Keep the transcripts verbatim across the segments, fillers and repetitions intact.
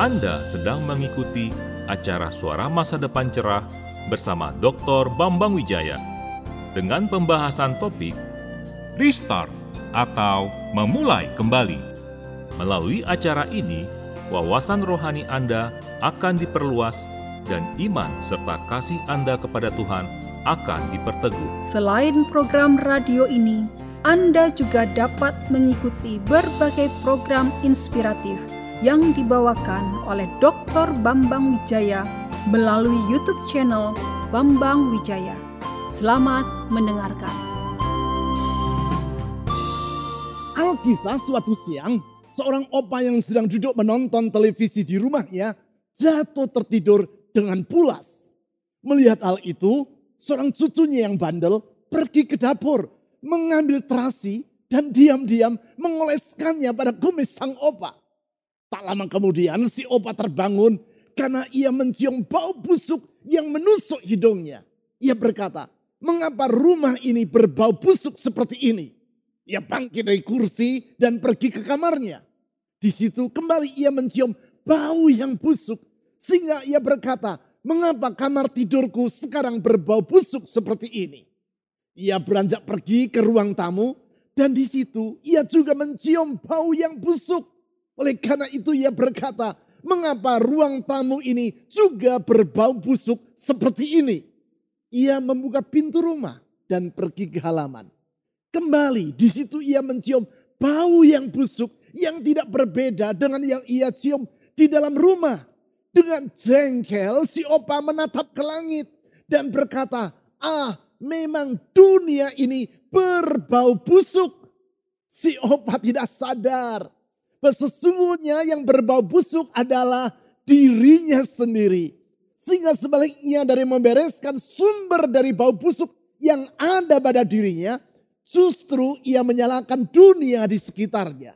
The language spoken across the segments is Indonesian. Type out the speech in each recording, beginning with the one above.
Anda sedang mengikuti acara Suara Masa Depan Cerah bersama doktor Bambang Wijaya dengan pembahasan topik Restart atau Memulai Kembali. Melalui acara ini, wawasan rohani Anda akan diperluas dan iman serta kasih Anda kepada Tuhan akan diperteguh. Selain program radio ini, Anda juga dapat mengikuti berbagai program inspiratif yang dibawakan oleh doktor Bambang Wijaya melalui YouTube channel Bambang Wijaya. Selamat mendengarkan. Alkisah suatu siang, seorang opa yang sedang duduk menonton televisi di rumahnya jatuh tertidur dengan pulas. Melihat hal itu, seorang cucunya yang bandel pergi ke dapur, mengambil terasi dan diam-diam mengoleskannya pada kumis sang opa. Tak lama kemudian si opa terbangun karena ia mencium bau busuk yang menusuk hidungnya. Ia berkata, "Mengapa rumah ini berbau busuk seperti ini?" Ia bangkit dari kursi dan pergi ke kamarnya. Di situ kembali ia mencium bau yang busuk sehingga ia berkata, "Mengapa kamar tidurku sekarang berbau busuk seperti ini?" Ia beranjak pergi ke ruang tamu dan di situ ia juga mencium bau yang busuk. Oleh karena itu ia berkata, "Mengapa ruang tamu ini juga berbau busuk seperti ini?" Ia membuka pintu rumah dan pergi ke halaman. Kembali di situ ia mencium bau yang busuk yang tidak berbeda dengan yang ia cium di dalam rumah. Dengan jengkel si opa menatap ke langit dan berkata, "Ah, memang dunia ini berbau busuk." Si opa tidak sadar bahwa sesungguhnya yang berbau busuk adalah dirinya sendiri. Sehingga sebaliknya dari membereskan sumber dari bau busuk yang ada pada dirinya, justru ia menyalahkan dunia di sekitarnya.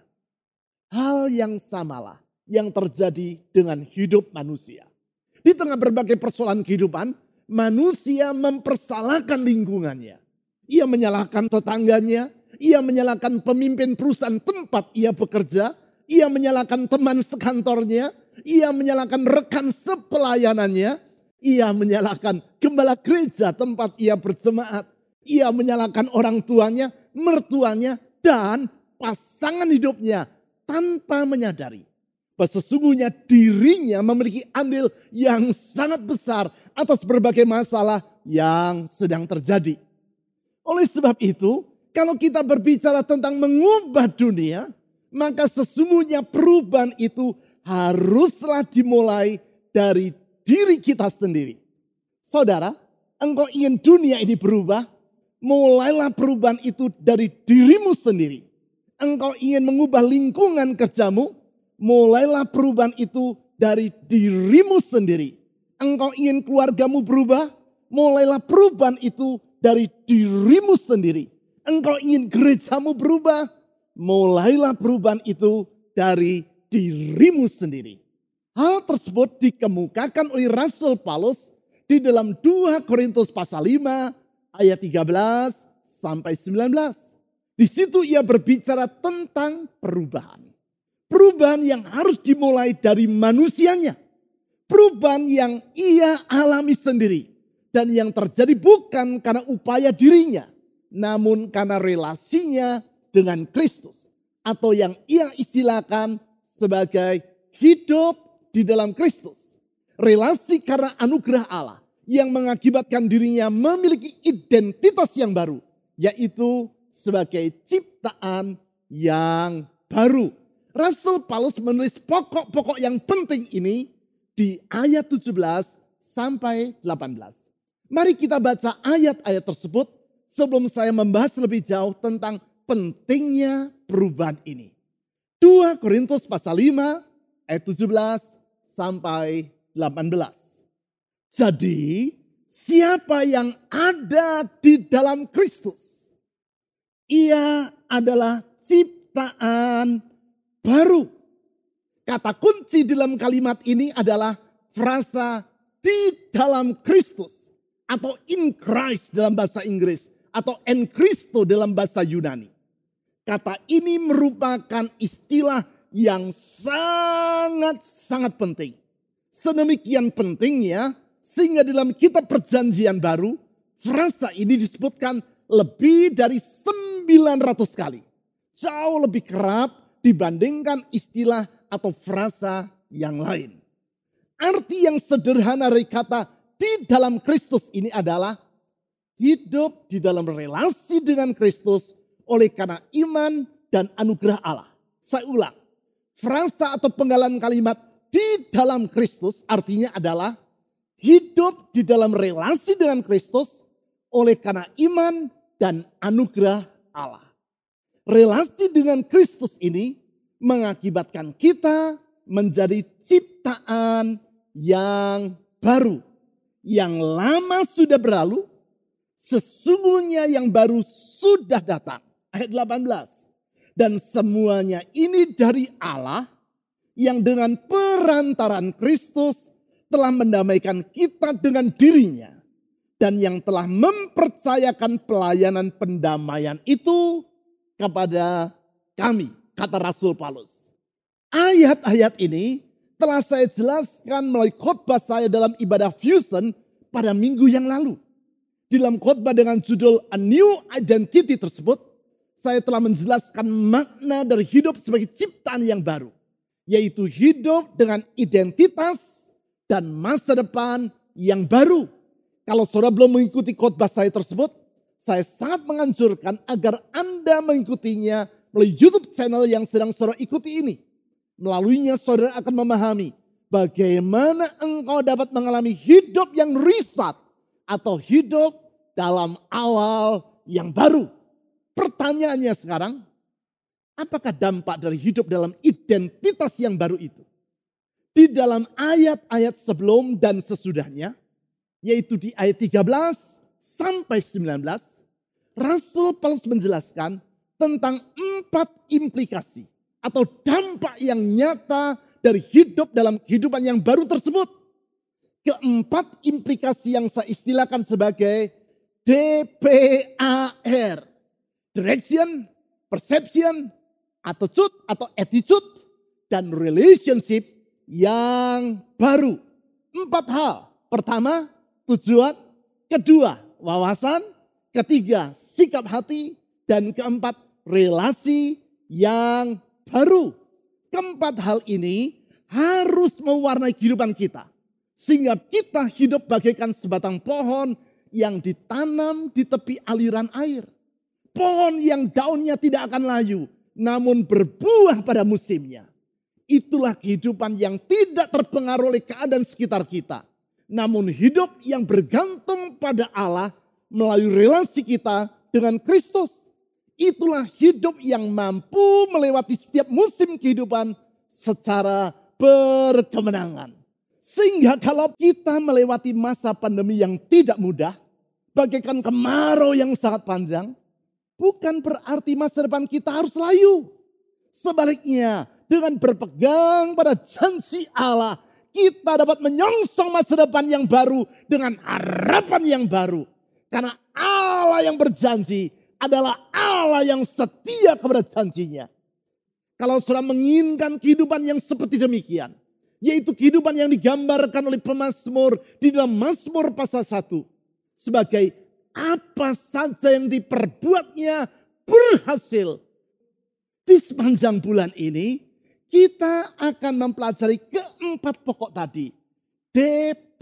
Hal yang samalah yang terjadi dengan hidup manusia. Di tengah berbagai persoalan kehidupan, manusia mempersalahkan lingkungannya. Ia menyalahkan tetangganya, ia menyalahkan pemimpin perusahaan tempat ia bekerja, ia menyalahkan teman sekantornya, ia menyalahkan rekan sepelayanannya, ia menyalahkan gembala gereja tempat ia berjemaat, ia menyalahkan orang tuanya, mertuanya, dan pasangan hidupnya tanpa menyadari bahwa sesungguhnya dirinya memiliki andil yang sangat besar atas berbagai masalah yang sedang terjadi. Oleh sebab itu, kalau kita berbicara tentang mengubah dunia, maka sesungguhnya perubahan itu haruslah dimulai dari diri kita sendiri. Saudara, engkau ingin dunia ini berubah, mulailah perubahan itu dari dirimu sendiri. Engkau ingin mengubah lingkungan kerjamu, mulailah perubahan itu dari dirimu sendiri. Engkau ingin keluargamu berubah, mulailah perubahan itu dari dirimu sendiri. Engkau ingin gerejamu berubah, mulailah perubahan itu dari dirimu sendiri. Hal tersebut dikemukakan oleh Rasul Paulus di dalam dua Korintus pasal lima ayat tiga belas sampai sembilan belas. Di situ ia berbicara tentang perubahan. Perubahan yang harus dimulai dari manusianya. Perubahan yang ia alami sendiri. Dan yang terjadi bukan karena upaya dirinya. Namun karena relasinya dengan Kristus. Atau yang ia istilahkan sebagai hidup di dalam Kristus. Relasi karena anugerah Allah. Yang mengakibatkan dirinya memiliki identitas yang baru. Yaitu sebagai ciptaan yang baru. Rasul Paulus menulis pokok-pokok yang penting ini di ayat tujuh belas sampai delapan belas. Mari kita baca ayat-ayat tersebut sebelum saya membahas lebih jauh tentang pentingnya perubahan ini. dua Korintus pasal lima ayat tujuh belas sampai delapan belas. Jadi siapa yang ada di dalam Kristus, ia adalah ciptaan baru. Kata kunci dalam kalimat ini adalah frasa di dalam Kristus atau in Christ dalam bahasa Inggris atau en Christo dalam bahasa Yunani. Kata ini merupakan istilah yang sangat-sangat penting. Sedemikian pentingnya sehingga dalam kitab perjanjian baru frasa ini disebutkan lebih dari sembilan ratus kali. Jauh lebih kerap dibandingkan istilah atau frasa yang lain. Arti yang sederhana dari kata di dalam Kristus ini adalah hidup di dalam relasi dengan Kristus oleh karena iman dan anugerah Allah. Saya ulang, frasa atau penggalan kalimat di dalam Kristus artinya adalah hidup di dalam relasi dengan Kristus oleh karena iman dan anugerah Allah. Relasi dengan Kristus ini mengakibatkan kita menjadi ciptaan yang baru. Yang lama sudah berlalu, sesungguhnya yang baru sudah datang. Ayat delapan belas. Dan semuanya ini dari Allah yang dengan perantaran Kristus telah mendamaikan kita dengan dirinya. Dan yang telah mempercayakan pelayanan pendamaian itu kepada kami, kata Rasul Paulus. Ayat-ayat ini telah saya jelaskan melalui khotbah saya dalam ibadah Fusion pada minggu yang lalu. Di dalam khotbah dengan judul A New Identity tersebut, saya telah menjelaskan makna dari hidup sebagai ciptaan yang baru. Yaitu hidup dengan identitas dan masa depan yang baru. Kalau saudara belum mengikuti khotbah saya tersebut, saya sangat menganjurkan agar Anda mengikutinya melalui YouTube channel yang sedang saudara ikuti ini. Melaluinya saudara akan memahami bagaimana engkau dapat mengalami hidup yang restart atau hidup dalam awal yang baru. Pertanyaannya sekarang, apakah dampak dari hidup dalam identitas yang baru itu? Di dalam ayat-ayat sebelum dan sesudahnya, yaitu di ayat tiga belas sampai sembilan belas, Rasul Paulus menjelaskan tentang empat implikasi atau dampak yang nyata dari hidup dalam kehidupan yang baru tersebut. Keempat implikasi yang saya istilahkan sebagai D P A R. Direction, perception, attitude atau attitude, dan relationship yang baru. Empat hal. Pertama, tujuan. Kedua, wawasan. Ketiga, sikap hati. Dan keempat, relasi yang baru. Keempat hal ini harus mewarnai kehidupan kita. Sehingga kita hidup bagaikan sebatang pohon yang ditanam di tepi aliran air. Pohon yang daunnya tidak akan layu, namun berbuah pada musimnya. Itulah kehidupan yang tidak terpengaruh oleh keadaan sekitar kita. Namun hidup yang bergantung pada Allah melalui relasi kita dengan Kristus. Itulah hidup yang mampu melewati setiap musim kehidupan secara berkemenangan. Sehingga kalau kita melewati masa pandemi yang tidak mudah, bagaikan kemarau yang sangat panjang, bukan berarti masa depan kita harus layu. Sebaliknya, dengan berpegang pada janji Allah, kita dapat menyongsong masa depan yang baru dengan harapan yang baru. Karena Allah yang berjanji adalah Allah yang setia kepada janjinya. Kalau saudara menginginkan kehidupan yang seperti demikian, yaitu kehidupan yang digambarkan oleh pemazmur di dalam Mazmur pasal satu. Sebagai apa saja yang diperbuatnya berhasil. Di sepanjang bulan ini kita akan mempelajari keempat pokok tadi. D P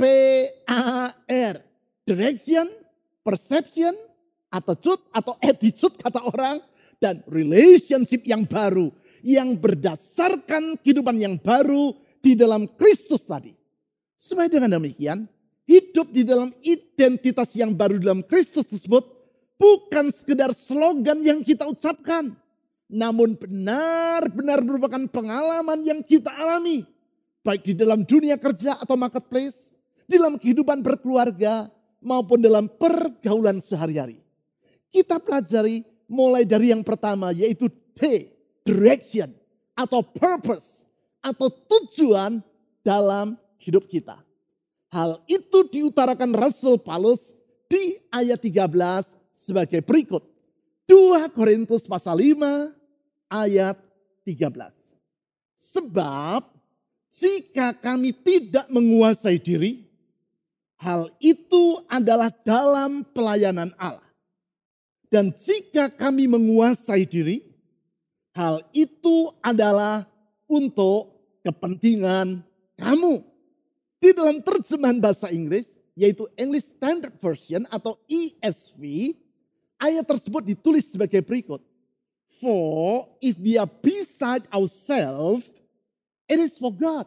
A R. Direction, perception, attitude atau attitude kata orang. Dan relationship yang baru. Yang berdasarkan kehidupan yang baru di dalam Kristus tadi. Supaya dengan demikian, hidup di dalam identitas yang baru dalam Kristus tersebut bukan sekedar slogan yang kita ucapkan. Namun benar-benar merupakan pengalaman yang kita alami. Baik di dalam dunia kerja atau marketplace, di dalam kehidupan berkeluarga, maupun dalam pergaulan sehari-hari. Kita pelajari mulai dari yang pertama yaitu T, direction atau purpose atau tujuan dalam hidup kita. Hal itu diutarakan Rasul Paulus di ayat tiga belas sebagai berikut. dua Korintus pasal lima ayat tiga belas. Sebab jika kami tidak menguasai diri, hal itu adalah dalam pelayanan Allah. Dan jika kami menguasai diri, hal itu adalah untuk kepentingan kamu. Di dalam terjemahan bahasa Inggris, yaitu English Standard Version atau E S V, ayat tersebut ditulis sebagai berikut. For if we are beside ourselves, it is for God.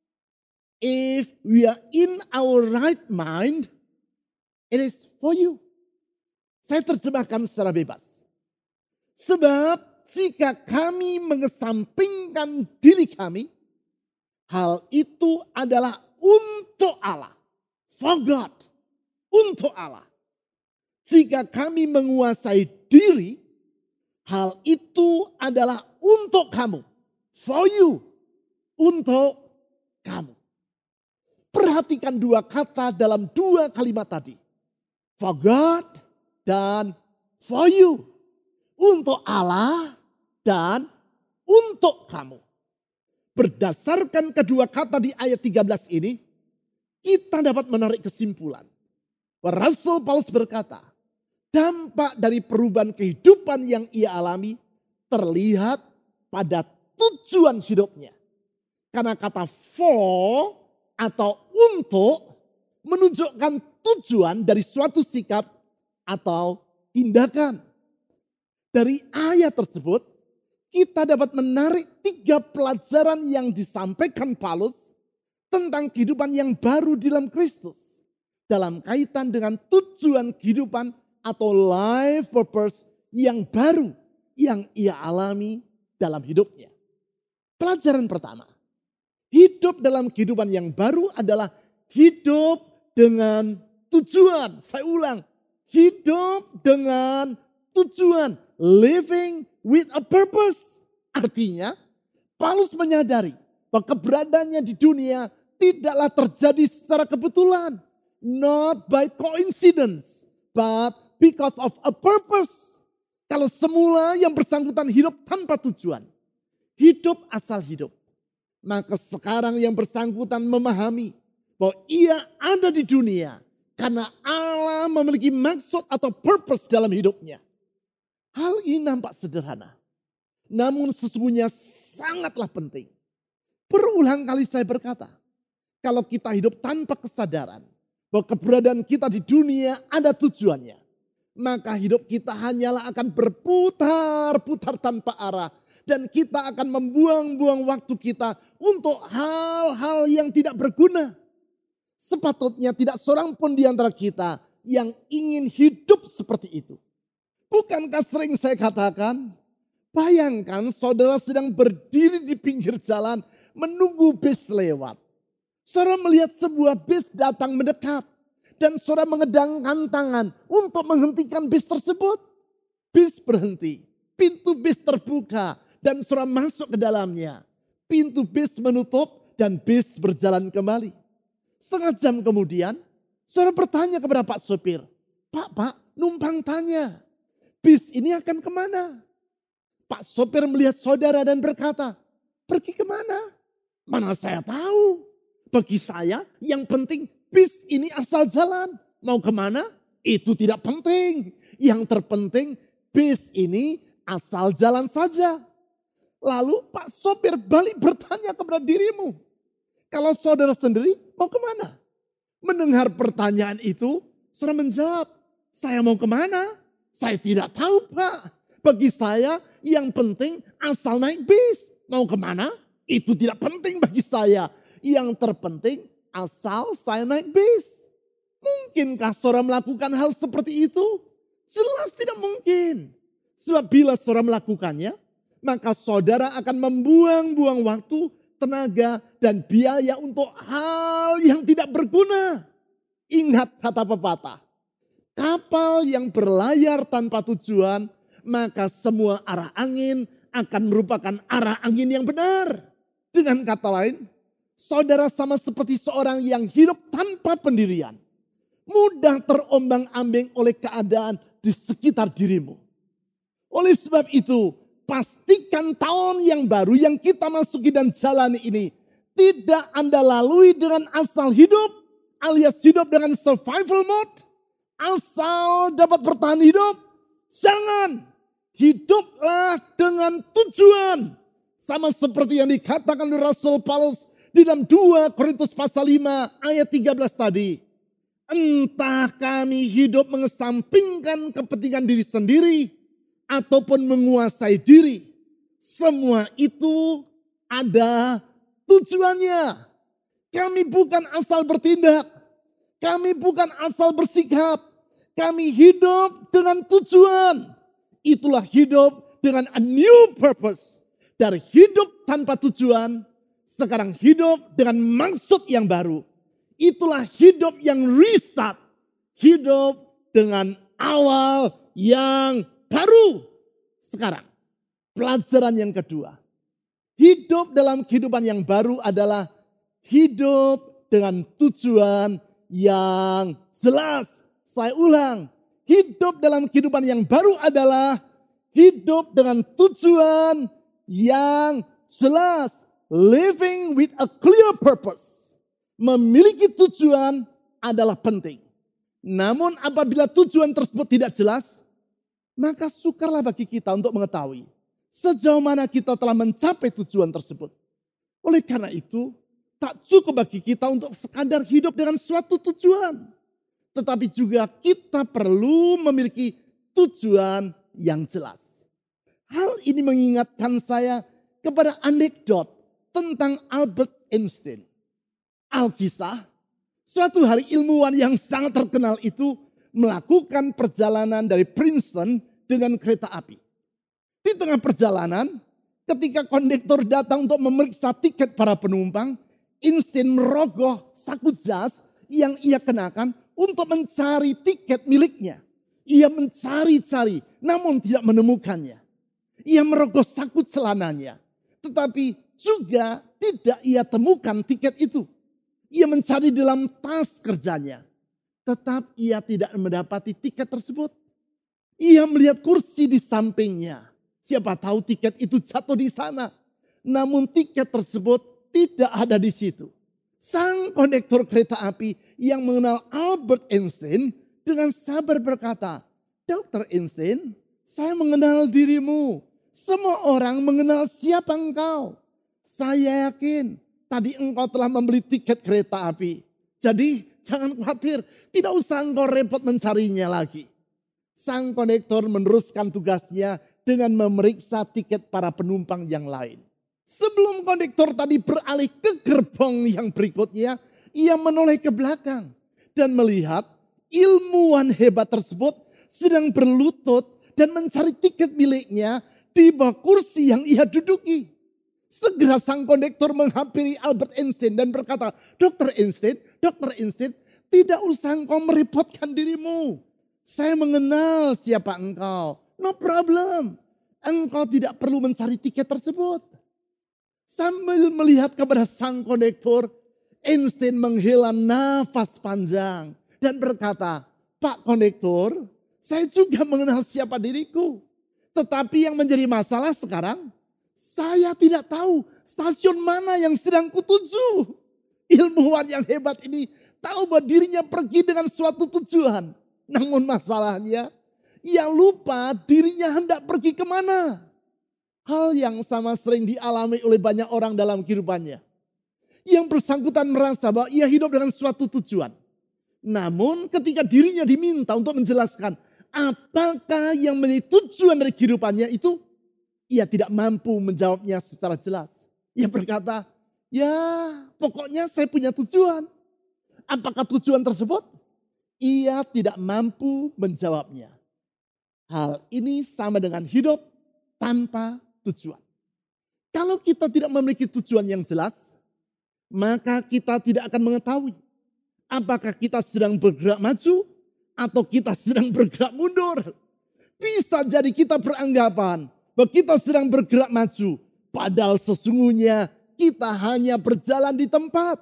If we are in our right mind, it is for you. Saya terjemahkan secara bebas. Sebab jika kami mengesampingkan diri kami, hal itu adalah untuk Allah. For God. Untuk Allah. Jika kami menguasai diri, hal itu adalah untuk kamu. For you. Untuk kamu. Perhatikan dua kata dalam dua kalimat tadi. For God dan for you. Untuk Allah dan untuk kamu. Berdasarkan kedua kata di ayat tiga belas ini, kita dapat menarik kesimpulan. Rasul Paulus berkata, dampak dari perubahan kehidupan yang ia alami terlihat pada tujuan hidupnya. Karena kata for atau untuk menunjukkan tujuan dari suatu sikap atau tindakan. Dari ayat tersebut, kita dapat menarik tiga pelajaran yang disampaikan Paulus tentang kehidupan yang baru di dalam Kristus. Dalam kaitan dengan tujuan kehidupan atau life purpose yang baru yang ia alami dalam hidupnya. Pelajaran pertama, hidup dalam kehidupan yang baru adalah hidup dengan tujuan. Saya ulang, hidup dengan tujuan. Living with a purpose. Artinya, Paulus menyadari bahwa keberadaannya di dunia tidaklah terjadi secara kebetulan. Not by coincidence, but because of a purpose. Kalau semula yang bersangkutan hidup tanpa tujuan, hidup asal hidup, maka sekarang yang bersangkutan memahami bahwa ia ada di dunia karena Allah memiliki maksud atau purpose dalam hidupnya. Hal ini nampak sederhana, namun sesungguhnya sangatlah penting. Berulang kali saya berkata, kalau kita hidup tanpa kesadaran bahwa keberadaan kita di dunia ada tujuannya, maka hidup kita hanyalah akan berputar-putar tanpa arah. Dan kita akan membuang-buang waktu kita untuk hal-hal yang tidak berguna. Sepatutnya tidak seorang pun di antara kita yang ingin hidup seperti itu. Bukankah sering saya katakan, bayangkan saudara sedang berdiri di pinggir jalan menunggu bis lewat. Saudara melihat sebuah bis datang mendekat. Dan saudara mengedangkan tangan untuk menghentikan bis tersebut. Bis berhenti, pintu bis terbuka dan saudara masuk ke dalamnya. Pintu bis menutup dan bis berjalan kembali. Setengah jam kemudian, saudara bertanya kepada Pak sopir, Pak, Pak, numpang tanya. Bis ini akan kemana? Pak sopir melihat saudara dan berkata, pergi kemana? Mana saya tahu. Bagi saya yang penting bis ini asal jalan. Mau kemana? Itu tidak penting. Yang terpenting bis ini asal jalan saja. Lalu Pak sopir balik bertanya kepada dirimu. Kalau saudara sendiri mau kemana? Mendengar pertanyaan itu, saudara menjawab, saya mau kemana? Saya tidak tahu Pak. Bagi saya yang penting asal naik bis. Mau kemana? Itu tidak penting bagi saya. Yang terpenting asal saya naik bis. Mungkinkah saudara melakukan hal seperti itu? Jelas tidak mungkin. Sebab bila saudara melakukannya, maka saudara akan membuang-buang waktu, tenaga, dan biaya untuk hal yang tidak berguna. Ingat kata pepatah. Kapal yang berlayar tanpa tujuan, maka semua arah angin akan merupakan arah angin yang benar. Dengan kata lain, saudara sama seperti seorang yang hidup tanpa pendirian. Mudah terombang-ambing oleh keadaan di sekitar dirimu. Oleh sebab itu, pastikan tahun yang baru yang kita masuki dan jalani ini tidak Anda lalui dengan asal hidup alias hidup dengan survival mode, asal dapat bertahan hidup. Jangan, hiduplah dengan tujuan. Sama seperti yang dikatakan oleh Rasul Paulus di dalam dua Korintus pasal lima ayat tiga belas tadi. Entah kami hidup mengesampingkan kepentingan diri sendiri ataupun menguasai diri. Semua itu ada tujuannya. Kami bukan asal bertindak. Kami bukan asal bersikap. Kami hidup dengan tujuan. Itulah hidup dengan a new purpose. Dari hidup tanpa tujuan, sekarang hidup dengan maksud yang baru. Itulah hidup yang restart. Hidup dengan awal yang baru. Sekarang, pelajaran yang kedua. Hidup dalam kehidupan yang baru adalah hidup dengan tujuan yang jelas. Saya ulang, hidup dalam kehidupan yang baru adalah hidup dengan tujuan yang jelas. Living with a clear purpose. Memiliki tujuan adalah penting. Namun apabila tujuan tersebut tidak jelas, maka sukarlah bagi kita untuk mengetahui sejauh mana kita telah mencapai tujuan tersebut. Oleh karena itu, tak cukup bagi kita untuk sekadar hidup dengan suatu tujuan. Tetapi juga kita perlu memiliki tujuan yang jelas. Hal ini mengingatkan saya kepada anekdot tentang Albert Einstein. Alkisah, suatu hari ilmuwan yang sangat terkenal itu melakukan perjalanan dari Princeton dengan kereta api. Di tengah perjalanan, ketika kondektur datang untuk memeriksa tiket para penumpang, Einstein merogoh saku jas yang ia kenakan untuk mencari tiket miliknya. Ia mencari-cari namun tidak menemukannya. Ia merogoh saku celananya. Tetapi juga tidak ia temukan tiket itu. Ia mencari di dalam tas kerjanya. Tetap ia tidak mendapati tiket tersebut. Ia melihat kursi di sampingnya. Siapa tahu tiket itu jatuh di sana. Namun tiket tersebut tidak ada di situ. Sang kondektur kereta api yang mengenal Albert Einstein dengan sabar berkata, "Dokter Einstein, saya mengenal dirimu. Semua orang mengenal siapa engkau. Saya yakin tadi engkau telah membeli tiket kereta api. Jadi jangan khawatir, tidak usah engkau repot mencarinya lagi." Sang kondektur meneruskan tugasnya dengan memeriksa tiket para penumpang yang lain. Sebelum kondektur tadi beralih ke gerbong yang berikutnya, ia menoleh ke belakang dan melihat ilmuwan hebat tersebut sedang berlutut dan mencari tiket miliknya di bawah kursi yang ia duduki. Segera sang kondektur menghampiri Albert Einstein dan berkata, "Dokter Einstein, Dokter Einstein, tidak usah engkau merepotkan dirimu. Saya mengenal siapa engkau. No problem. Engkau tidak perlu mencari tiket tersebut." Sambil melihat kepada sang kondektur, Einstein menghela nafas panjang dan berkata, "Pak kondektur, saya juga mengenal siapa diriku. Tetapi yang menjadi masalah sekarang, saya tidak tahu stasiun mana yang sedang kutuju." Ilmuwan yang hebat ini tahu bahwa dirinya pergi dengan suatu tujuan. Namun masalahnya, ia lupa dirinya hendak pergi kemana. Hal yang sama sering dialami oleh banyak orang dalam kehidupannya. Yang bersangkutan merasa bahwa ia hidup dengan suatu tujuan. Namun ketika dirinya diminta untuk menjelaskan apakah yang menjadi tujuan dari kehidupannya itu, ia tidak mampu menjawabnya secara jelas. Ia berkata, "Ya pokoknya saya punya tujuan." Apakah tujuan tersebut? Ia tidak mampu menjawabnya. Hal ini sama dengan hidup tanpa tujuan. Kalau kita tidak memiliki tujuan yang jelas, maka kita tidak akan mengetahui apakah kita sedang bergerak maju atau kita sedang bergerak mundur. Bisa jadi kita beranggapan bahwa kita sedang bergerak maju, padahal sesungguhnya kita hanya berjalan di tempat.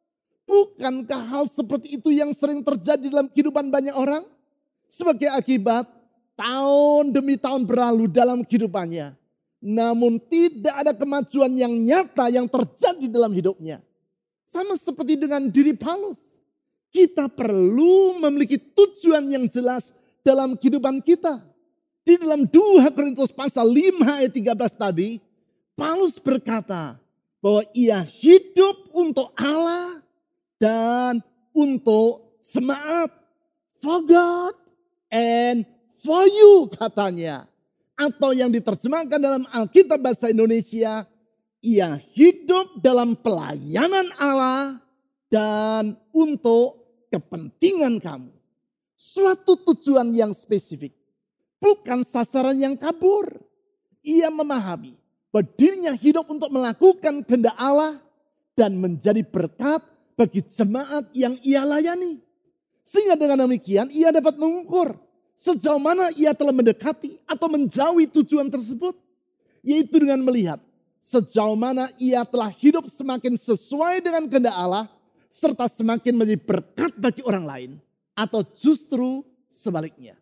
Bukankah hal seperti itu yang sering terjadi dalam kehidupan banyak orang? Sebagai akibat, tahun demi tahun berlalu dalam kehidupannya. namun tidak ada kemajuan yang nyata yang terjadi dalam hidupnya. Sama seperti dengan diri Paulus. Kita perlu memiliki tujuan yang jelas dalam kehidupan kita. Di dalam dua Korintus pasal lima ayat tiga belas tadi, Paulus berkata bahwa ia hidup untuk Allah dan untuk jemaat. For God and for you katanya. Atau yang diterjemahkan dalam Alkitab bahasa Indonesia, ia hidup dalam pelayanan Allah dan untuk kepentingan kamu. Suatu tujuan yang spesifik. Bukan sasaran yang kabur. Ia memahami bahwa dirinya hidup untuk melakukan kehendak Allah dan menjadi berkat bagi jemaat yang ia layani. Sehingga dengan demikian ia dapat mengukur sejauh mana ia telah mendekati atau menjauhi tujuan tersebut. Yaitu dengan melihat sejauh mana ia telah hidup semakin sesuai dengan kehendak Allah serta semakin menjadi berkat bagi orang lain. Atau justru sebaliknya.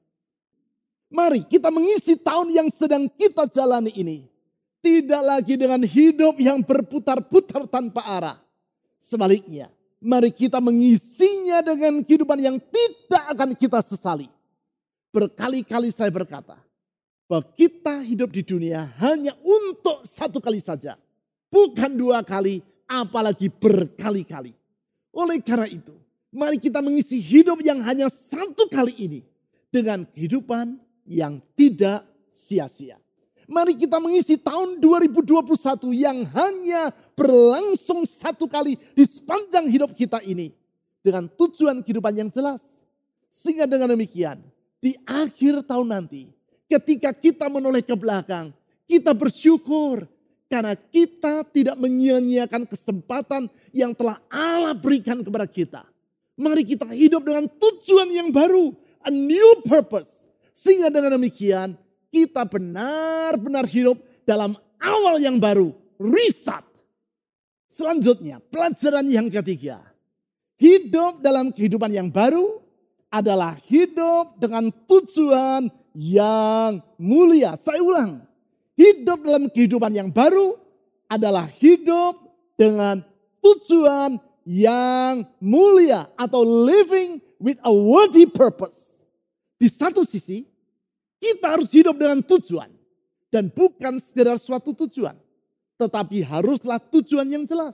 Mari kita mengisi tahun yang sedang kita jalani ini. Tidak lagi dengan hidup yang berputar-putar tanpa arah. Sebaliknya, mari kita mengisinya dengan kehidupan yang tidak akan kita sesali. Berkali-kali saya berkata, bahwa kita hidup di dunia hanya untuk satu kali saja. Bukan dua kali, apalagi berkali-kali. Oleh karena itu, mari kita mengisi hidup yang hanya satu kali ini dengan kehidupan yang tidak sia-sia. Mari kita mengisi tahun dua ribu dua puluh satu yang hanya berlangsung satu kali di sepanjang hidup kita ini dengan tujuan kehidupan yang jelas. Sehingga dengan demikian, di akhir tahun nanti, ketika kita menoleh ke belakang, kita bersyukur karena kita tidak menyia-nyiakan kesempatan yang telah Allah berikan kepada kita. Mari kita hidup dengan tujuan yang baru, a new purpose. Sehingga dengan demikian kita benar-benar hidup dalam awal yang baru, restart. Selanjutnya, pelajaran yang ketiga. Hidup dalam kehidupan yang baru adalah hidup dengan tujuan yang mulia. Saya ulang, hidup dalam kehidupan yang baru adalah hidup dengan tujuan yang mulia atau living with a worthy purpose. Di satu sisi, kita harus hidup dengan tujuan dan bukan sekedar suatu tujuan, tetapi haruslah tujuan yang jelas.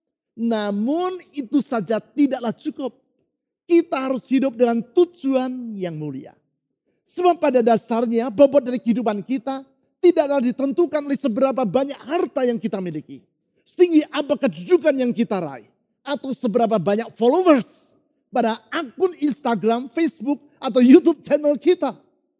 Namun itu saja tidaklah cukup. Kita harus hidup dengan tujuan yang mulia. Sebab pada dasarnya bobot dari kehidupan kita tidaklah ditentukan oleh seberapa banyak harta yang kita miliki. Setinggi apa kedudukan yang kita raih. Atau seberapa banyak followers pada akun Instagram, Facebook, atau YouTube channel kita.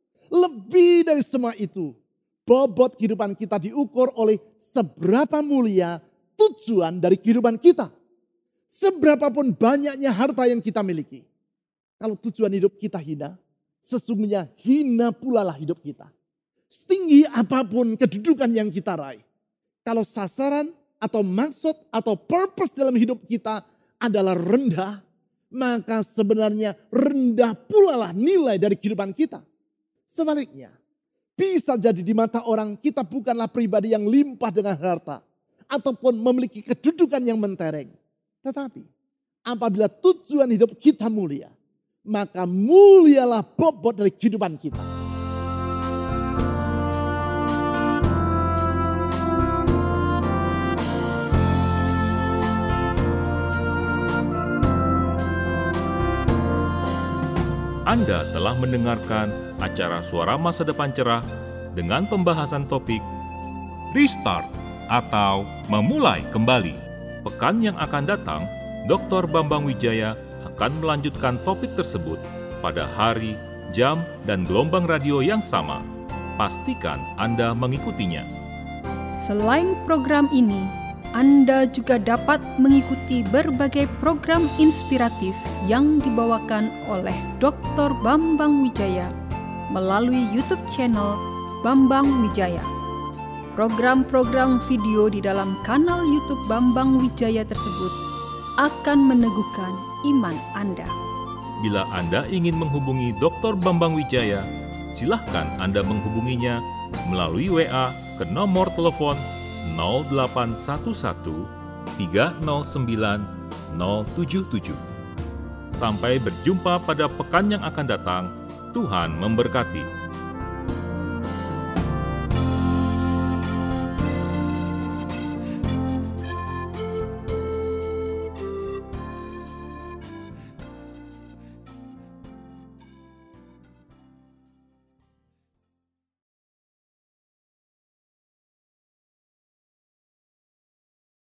Lebih dari semua itu, bobot kehidupan kita diukur oleh seberapa mulia tujuan dari kehidupan kita. Seberapapun banyaknya harta yang kita miliki. Kalau tujuan hidup kita hina, sesungguhnya hina pula lah hidup kita. Setinggi apapun kedudukan yang kita raih. Kalau sasaran atau maksud atau purpose dalam hidup kita adalah rendah, maka sebenarnya rendah pula lah nilai dari kehidupan kita. Sebaliknya, bisa jadi di mata orang kita bukanlah pribadi yang limpah dengan harta ataupun memiliki kedudukan yang mentereng. Tetapi apabila tujuan hidup kita mulia, maka mulialah bobot dari kehidupan kita. Anda telah mendengarkan acara Suara Masa Depan Cerah dengan pembahasan topik Restart atau Memulai Kembali. Pekan yang akan datang, Doktor Bambang Wijaya akan melanjutkan topik tersebut pada hari, jam, dan gelombang radio yang sama. Pastikan Anda mengikutinya. Selain program ini, Anda juga dapat mengikuti berbagai program inspiratif yang dibawakan oleh Doktor Bambang Wijaya melalui YouTube channel Bambang Wijaya. Program-program video di dalam kanal YouTube Bambang Wijaya tersebut akan meneguhkan iman Anda. Bila Anda ingin menghubungi Doktor Bambang Wijaya, silakan Anda menghubunginya melalui W A ke nomor telepon nol delapan satu satu tiga nol sembilan nol tujuh tujuh. Sampai berjumpa pada pekan yang akan datang. Tuhan memberkati.